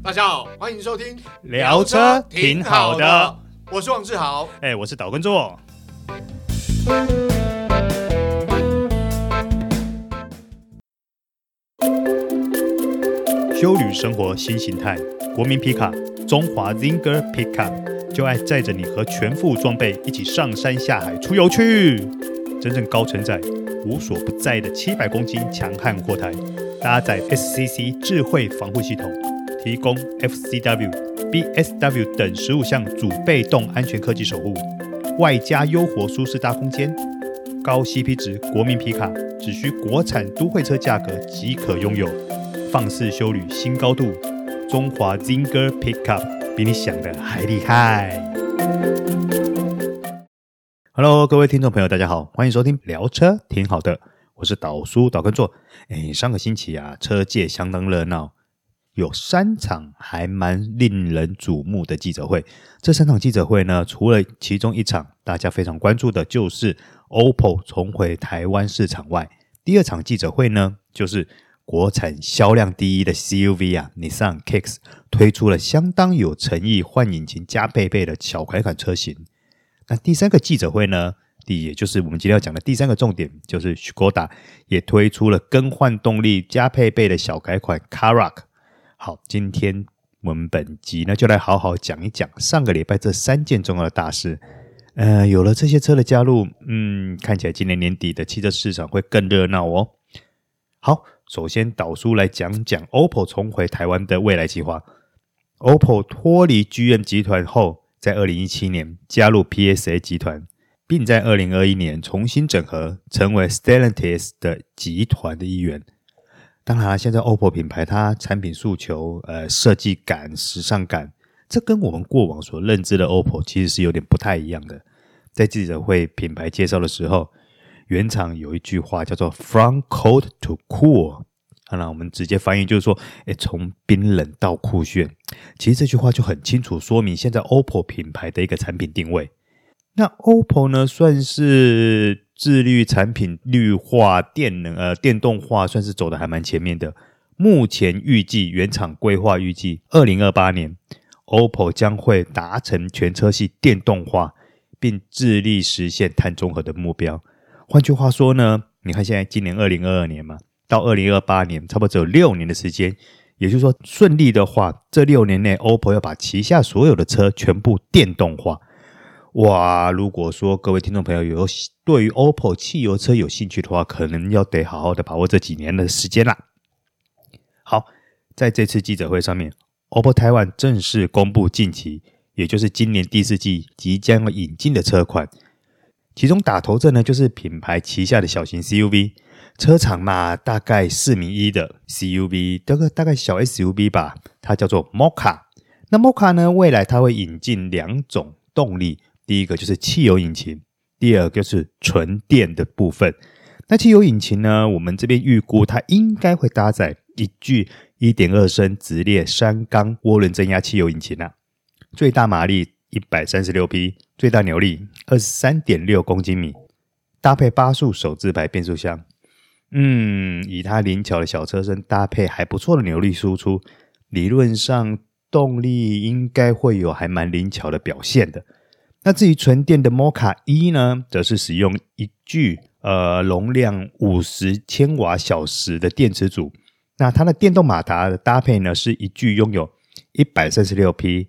大家好，欢迎收听聊车挺好的， 我是王志豪， 我是岛根座。休旅生活新形态，国民皮卡中华 Zinger Pickup 就爱载着你和全副装备一起上山下海出游去。真正高承载、无所不在的700公斤强悍货台，搭载 SCC 智慧防护系统，提供 FCW、BSW 等15项主被动安全科技守护，外加优活舒适大空间，高 CP 值国民皮卡只需国产都会车价格即可拥有，放肆休旅新高度，中华 Zinger Pickup 比你想的还厉害。Hello， 各位听众朋友，大家好，欢迎收听聊车挺好的，我是岛叔岛根座。上个星期车界相当热闹，有3场还蛮令人瞩目的记者会。这3场记者会呢，除了其中一场大家非常关注的就是 OPPO 重回台湾市场外，第2场记者会呢，就是国产销量第一的 CUV Nissan Kicks 推出了相当有诚意换引擎加配备的小改款车型。那第3个记者会呢，也就是我们今天要讲的第3个重点，就是 Škoda 也推出了更换动力加配备的小改款 Karoq。 好，今天我们本集呢就来好好讲一讲上个礼拜这3件重要的大事。有了这些车的加入，看起来今年年底的汽车市场会更热闹哦。好，首先导叔来讲讲 OPPO 重回台湾的未来计划。 OPPO 脱离 GM 集团后，在2017年加入 PSA 集团，并在2021年重新整合，成为 Stellantis 的集团的一员。当然现在 OPPO 品牌它产品诉求、设计感、时尚感，这跟我们过往所认知的 OPPO 其实是有点不太一样的。在记者会品牌介绍的时候，原厂有一句话叫做 From cold to cool， 那我们直接翻译就是说，从冰冷到酷炫。其实这句话就很清楚说明现在 OPPO 品牌的一个产品定位。那 OPPO 呢，算是致力于产品绿化、电动化，算是走的还蛮前面的。目前原厂规划预计2028年 OPPO 将会达成全车系电动化，并致力实现碳中和的目标。换句话说呢，你看现在今年2022年嘛，到2028年差不多只有6年的时间，也就是说顺利的话，这6年内 OPPO 要把旗下所有的车全部电动化。哇，如果说各位听众朋友有对于 OPPO 汽油车有兴趣的话，可能要得好好的把握这几年的时间啦。好，在这次记者会上面， OPPO Taiwan 正式公布近期，也就是今年第4季即将要引进的车款。其中打头阵呢，就是品牌旗下的小型 CUV， 车厂嘛，大概4名1的 CUV， 大概小 SUV 吧，它叫做 Mocha。 那 Mocha 呢，未来它会引进2种动力，第一个就是汽油引擎，第二个就是纯电的部分。那汽油引擎呢，我们这边预估它应该会搭载一具 1.2 升直列3缸涡轮增压汽油引擎最大马力136匹，最大扭力 23.6 公斤米，搭配8速手自排变速箱。以它灵巧的小车身搭配还不错的扭力输出，理论上动力应该会有还蛮灵巧的表现的。那至于纯电的 Mocha E 呢，则是使用一具容量50千瓦小时的电池组。那它的电动马达的搭配呢，是一具拥有136匹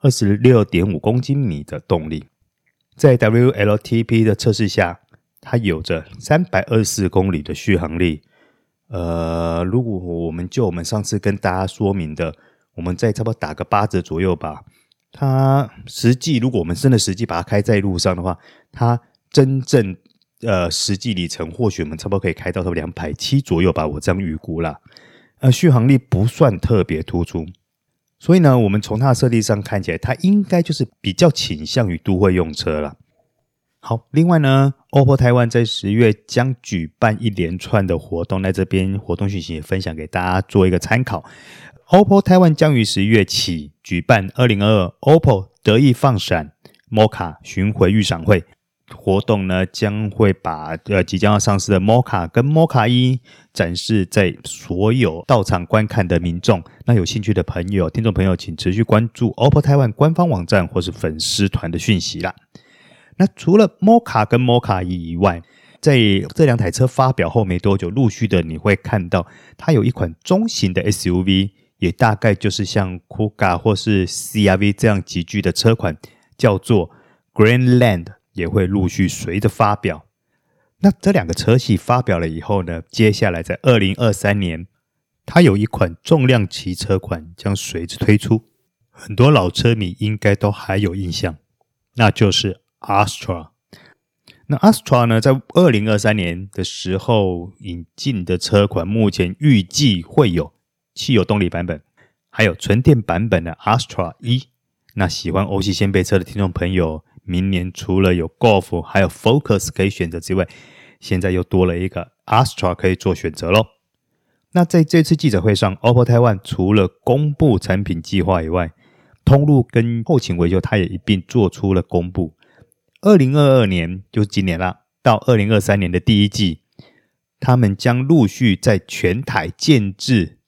26.5 公斤米的动力。在 WLTP 的测试下，它有着324公里的续航力。如果我们上次跟大家说明的，我们再差不多打个8折左右吧。它实际如果我们真的实际把它开在路上的话，它真正实际里程或许我们差不多可以开到270左右吧，我这样预估啦。续航力不算特别突出，所以呢，我们从它的设计上看起来，它应该就是比较倾向于都会用车啦。好，另外呢 OPPO Taiwan 在10月将举办一连串的活动，在这边活动讯息也分享给大家做一个参考。OPPO Taiwan 将于10月起举办2022 OPPO 得意放闪 Mocha 巡回预赏会， 活动呢，将会把即将要上市的 Mocha 跟 Mocha E 展示在所有到场观看的民众。那有兴趣的朋友、听众朋友，请持续关注 OPPO 台湾官方网站或是粉丝团的讯息啦。那除了 Mocha 跟 Mocha E 以外，在这两台车发表后没多久，陆续的你会看到它有一款中型的 SUV， 也大概就是像 Kuga 或是 CR-V 这样级距的车款，叫做 Grandland， 也会陆续随着发表。那这两个车系发表了以后呢，接下来在2023年，它有一款重量级车款将随之推出，很多老车迷应该都还有印象，那就是 Astra。 那 Astra 呢，在2023年的时候引进的车款，目前预计会有汽油动力版本，还有纯电版本的 Astra E。 那喜欢欧系掀背车的听众朋友，明年除了有 Golf 还有 Focus 可以选择之外，现在又多了一个 Astra 可以做选择咯。那在这次记者会上， OPPO 台湾除了公布产品计划以外，通路跟后勤维修它也一并做出了公布。2022年就是今年啦，到2023年的第一季，他们将陆续在全台建置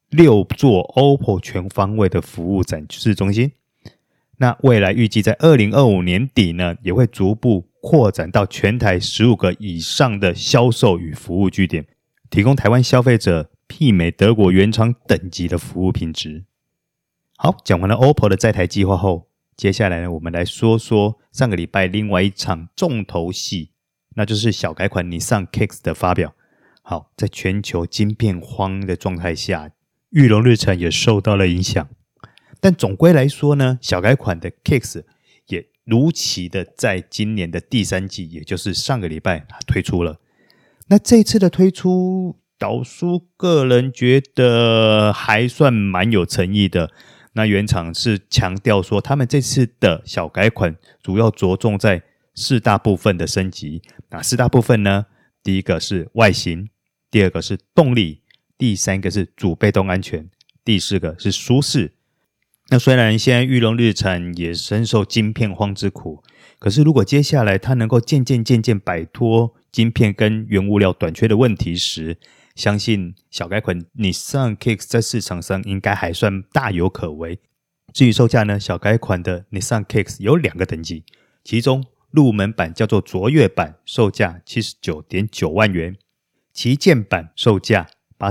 6座 OPPO 全方位的服务展示中心。那未来预计在2025年底呢，也会逐步扩展到全台15个以上的销售与服务据点，提供台湾消费者媲美德国原厂等级的服务品质。好，讲完了 OPPO 的在台计划后，接下来呢，我们来说说上个礼拜另外一场重头戏，那就是小改款 Nissan Kicks 的发表。好，在全球晶片荒的状态下，裕隆日产也受到了影响。但总归来说呢，小改款的 Kicks 也如期的在今年的第3季，也就是上个礼拜推出了。那这次的推出，导叔个人觉得还算蛮有诚意的。那原厂是强调说，他们这次的小改款主要着重在4大部分的升级。哪4大部分呢？第一个是外形，第二个是动力，第3个是主被动安全，第4个是舒适。那虽然现在裕隆日产也深受晶片荒之苦，可是如果接下来它能够渐渐摆脱晶片跟原物料短缺的问题时，相信小改款 Nissan Kicks 在市场上应该还算大有可为。至于售价呢，小改款的 Nissan Kicks 有2个等级，其中入门版叫做卓越版，售价 79.9 万元，旗舰版售价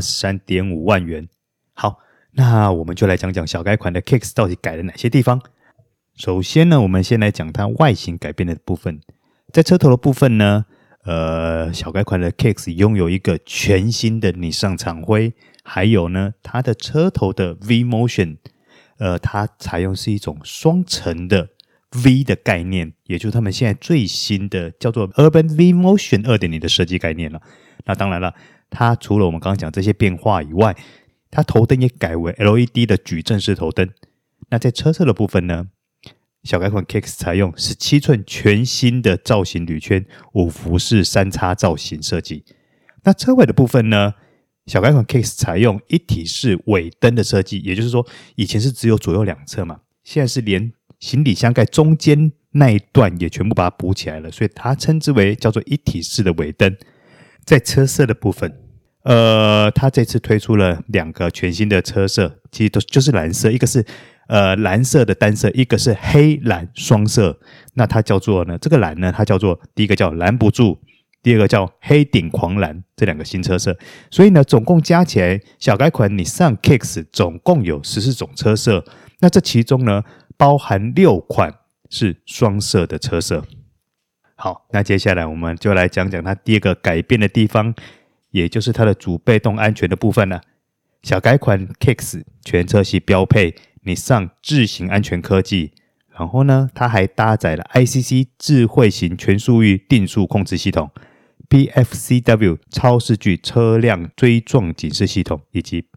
83.5 万元。好，那我们就来讲讲小改款的 Kicks 到底改了哪些地方。首先呢，我们先来讲它外形改变的部分。在车头的部分呢，小改款的 Kicks 拥有一个全新的拟上厂徽，还有呢，它的车头的 V-Motion， 它采用是一种双层的 V 的概念，也就是他们现在最新的叫做 Urban V-Motion 2.0 的设计概念了。那当然了，它除了我们刚刚讲这些变化以外，它头灯也改为 LED 的矩阵式头灯。那在车侧的部分呢，小改款 Kicks 采用17寸全新的造型铝圈5辐式3叉造型设计。那车尾的部分呢，小改款 Kicks 采用一体式尾灯的设计，也就是说以前是只有左右两侧嘛，现在是连行李箱盖中间那一段也全部把它补起来了，所以它称之为叫做一体式的尾灯。在车色的部分，它这次推出了2个全新的车色，其实都就是蓝色，一个是蓝色的单色，一个是黑蓝双色。那它叫做呢，这个蓝呢，它叫做第一个叫拦不住，第二个叫黑顶狂蓝，这2个新车色。所以呢，总共加起来，小改款 Nissan Kicks 总共有14种车色。那这其中呢，包含6款是双色的车色。好，那接下来我们就来讲讲它第2个改变的地方，也就是它的主被动安全的部分了。小改款 Kicks 全车系标配Nissan 智行安全科技，然后呢，它还搭载了 ICC 智慧型全速域定速控制系统、PFCW 超视距车辆追撞警示系统，以及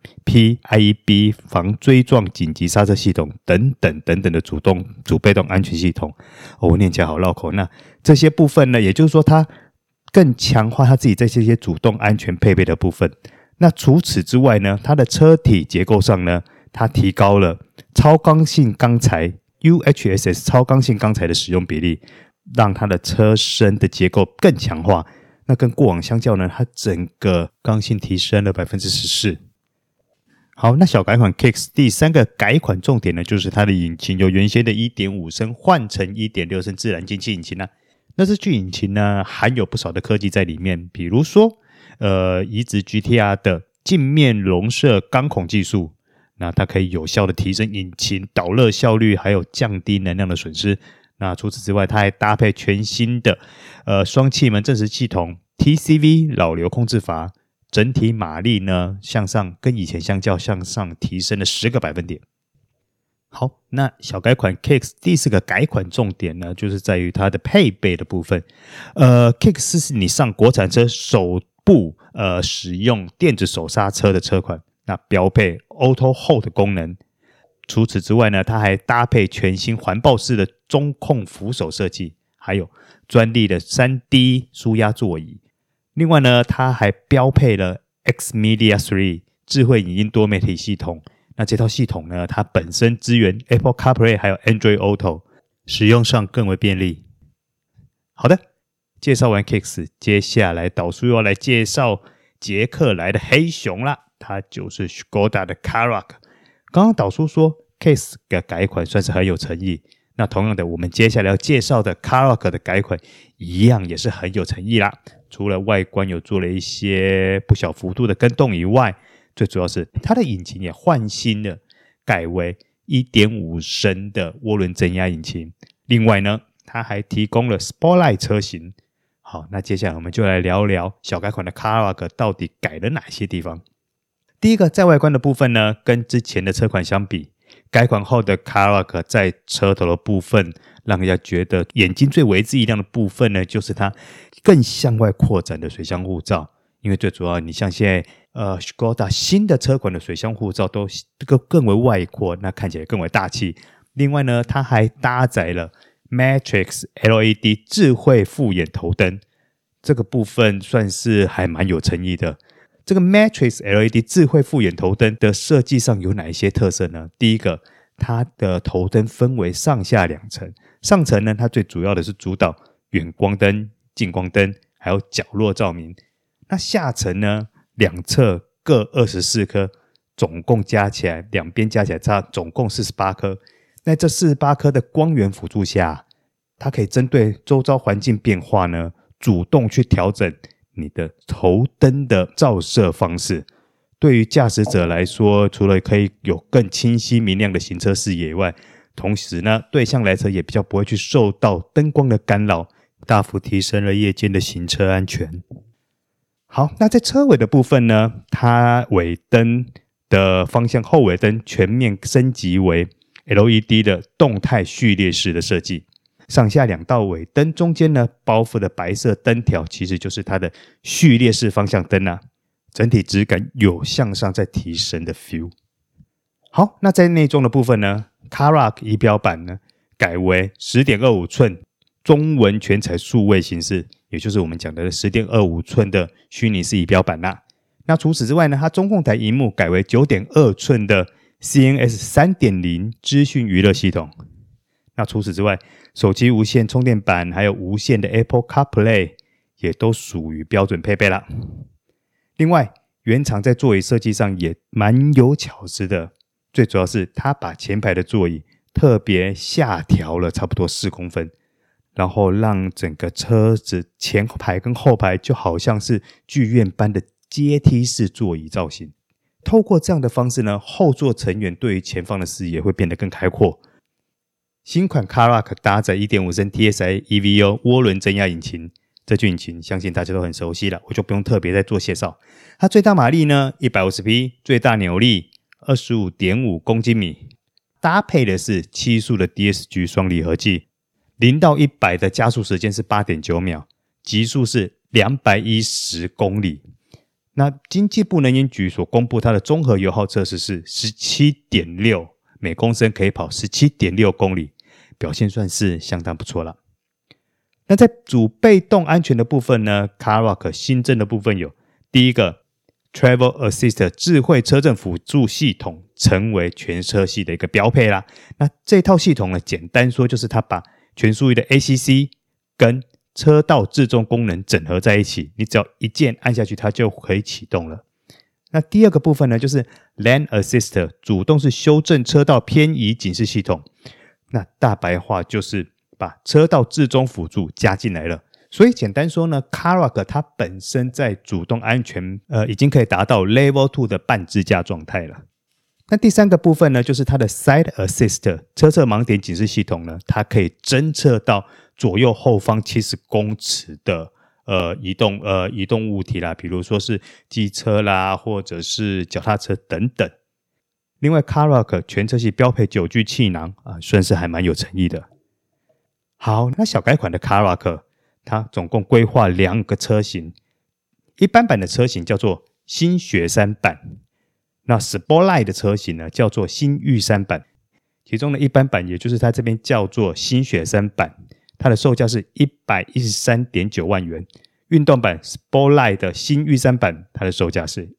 PIEB 防追撞紧急刹车系统等等的主被动安全系统。我念起来好绕口。那这些部分呢，也就是说它更强化它自己在这些主动安全配备的部分。那除此之外呢，它的车体结构上呢，它提高了超刚性钢材 UHSS 超刚性钢材的使用比例， 让它的车身的结构更强化。那跟过往相较呢，它整个刚性提升了 14%。好，那小改款 Kicks 第3个改款重点呢，就是它的引擎由原先的 1.5 升换成 1.6 升自然进气引擎啦。那这具引擎呢，含有不少的科技在里面，比如说移植 GTR 的镜面笼射钢孔技术，那它可以有效的提升引擎导热效率，还有降低能量的损失。那除此之外，它还搭配全新的双气门正时系统 TCV 老流控制阀，整体马力呢向上跟以前相较向上提升了10个百分点。好，那小改款 Kicks 第4个改款重点呢，就是在于它的配备的部分。Kicks 是你上国产车首部使用电子手刹车的车款，那标配 Auto Hold 功能。除此之外呢，它还搭配全新环抱式的中控扶手设计，还有专利的 3D 舒压座椅。另外呢，它还标配了 Xmedia 3 智慧影音多媒体系统。那这套系统呢，它本身支援 Apple CarPlay 还有 Android Auto， 使用上更为便利。好的，介绍完 Kicks， 接下来导叔要来介绍捷克来的黑熊啦，它就是 Škoda 的 Karoq。刚刚导叔说 Kicks 的改款算是很有诚意，那同样的，我们接下来要介绍的 Karoq 的改款一样也是很有诚意啦。除了外观有做了一些不小幅度的更动以外，最主要是它的引擎也换新了，改为 1.5 升的涡轮增压引擎。另外呢，它还提供了 Sportline 车型。好，那接下来我们就来聊聊小改款的 Karoq 到底改了哪些地方。第一个，在外观的部分呢，跟之前的车款相比，改款后的 Karoq 在车头的部分让人家觉得眼睛最为之一亮的部分呢，就是它更向外扩展的水箱护罩。因为最主要，你像现在Škoda 新的车款的水箱护罩都更为外扩，那看起来更为大气。另外呢，它还搭载了 Matrix LED 智慧复眼头灯，这个部分算是还蛮有诚意的。这个 Matrix LED 智慧复眼头灯的设计上有哪一些特色呢？第一个，它的头灯分为上下2层，上层呢，它最主要的是主导远光灯、近光灯，还有角落照明。那下层呢，2侧各24颗，总共加起来两边加起来总共48颗。那这48颗的光源辅助下，它可以针对周遭环境变化呢，主动去调整你的头灯的照射方式。对于驾驶者来说，除了可以有更清晰明亮的行车视野以外，同时呢，对向来车也比较不会去受到灯光的干扰，大幅提升了夜间的行车安全。好，那在车尾的部分呢，它尾灯的方向后尾灯全面升级为 LED 的动态序列式的设计，上下2道尾灯中间呢包覆的白色灯条其实就是它的序列式方向灯啊，整体质感有向上在提升的 feel。 好，那在内装的部分呢， Karoq 仪表板呢改为 10.25 寸中文全彩数位形式，也就是我们讲的 10.25 寸的虚拟式仪表板啦。那除此之外呢，它中控台萤幕改为 9.2 寸的 CNS 3.0 资讯娱乐系统。那除此之外，手机无线充电板还有无线的 Apple CarPlay 也都属于标准配备啦。另外，原厂在座椅设计上也蛮有巧思的，最主要是它把前排的座椅特别下调了差不多4公分，然后让整个车子前排跟后排就好像是剧院般的阶梯式座椅造型。透过这样的方式呢，后座成员对于前方的视野会变得更开阔。新款 Karoq 搭载 1.5 升 TSI EVO 涡轮增压引擎，这具引擎相信大家都很熟悉了，我就不用特别再做介绍。它最大马力呢150匹，最大扭力 25.5 公斤米，搭配的是7速的 DSG 双离合器，0到100的加速时间是 8.9 秒，极速是210公里。那经济部能源局所公布它的综合油耗测试是 17.6， 每公升可以跑 17.6 公里，表现算是相当不错了。那在主被动安全的部分呢， Karoq 新增的部分有第一个 Travel Assist 智慧车阵辅助系统，成为全车系的一个标配啦。那这套系统呢，简单说就是它把全速域的 ACC 跟车道自动功能整合在一起，你只要一键按下去，它就可以启动了。那第二个部分呢，就是 Lane Assist 主动是修正车道偏移警示系统。那大白话就是把车道自动辅助加进来了。所以简单说呢 Karoq 它本身在主动安全已经可以达到 Level 2的半支架状态了。那第三个部分呢，就是它的 Side Assist 车侧盲点警示系统呢，它可以侦测到左右后方70公尺的移动物体啦，比如说是机车啦，或者是脚踏车等等。另外 Karoq 全车系标配9具气囊算是还蛮有诚意的。好，那小改款的 Karoq 它总共规划2个车型，一般版的车型叫做新雪山版，那 Sportline 的车型呢叫做新玉山版。其中的一般版也就是它这边叫做新雪山版，它的售价是 113.9 万元。运动版 Sportline 的新玉山版，它的售价是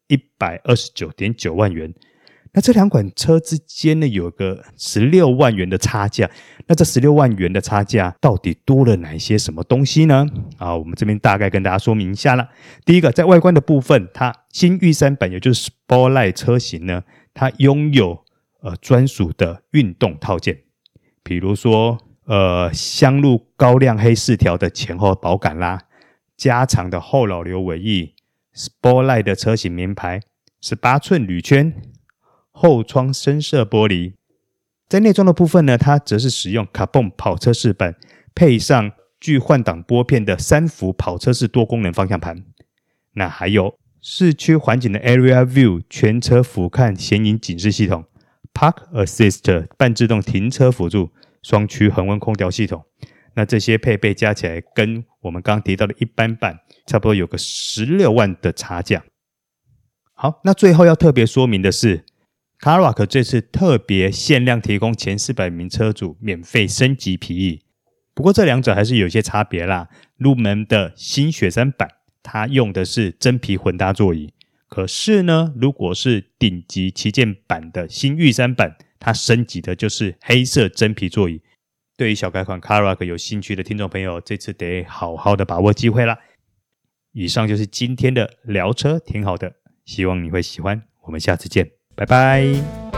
129.9 万元。那这2款车之间呢有个16万元的差价，那这16万元的差价到底多了哪些什么东西呢？我们这边大概跟大家说明一下啦。第一个，在外观的部分，它新玉山版也就是 Sportline 车型呢，它拥有专属的运动套件，比如说镶入高亮黑饰条的前后保杆啦，加长的后扰流尾翼， Sportline 的车型名牌18寸铝圈，后窗深色玻璃。在内装的部分呢，它则是使用 Carbon 跑车饰板，配上具换挡拨片的3幅跑车式多功能方向盘。那还有市区环境的 Area View 全车俯瞰显影警示系统， Park Assist 半自动停车辅助，双区恒温空调系统。那这些配备加起来跟我们刚刚提到的一般版差不多有个16万的差价。好，那最后要特别说明的是Karoq 这次特别限量提供前400名车主免费升级皮椅，不过这2者还是有些差别啦。入门的新雪山版，它用的是真皮混搭座椅，可是呢，如果是顶级旗舰版的新玉山版，它升级的就是黑色真皮座椅。对于小改款 Karoq 有兴趣的听众朋友，这次得好好的把握机会啦。以上就是今天的聊车挺好的，希望你会喜欢，我们下次见。拜拜。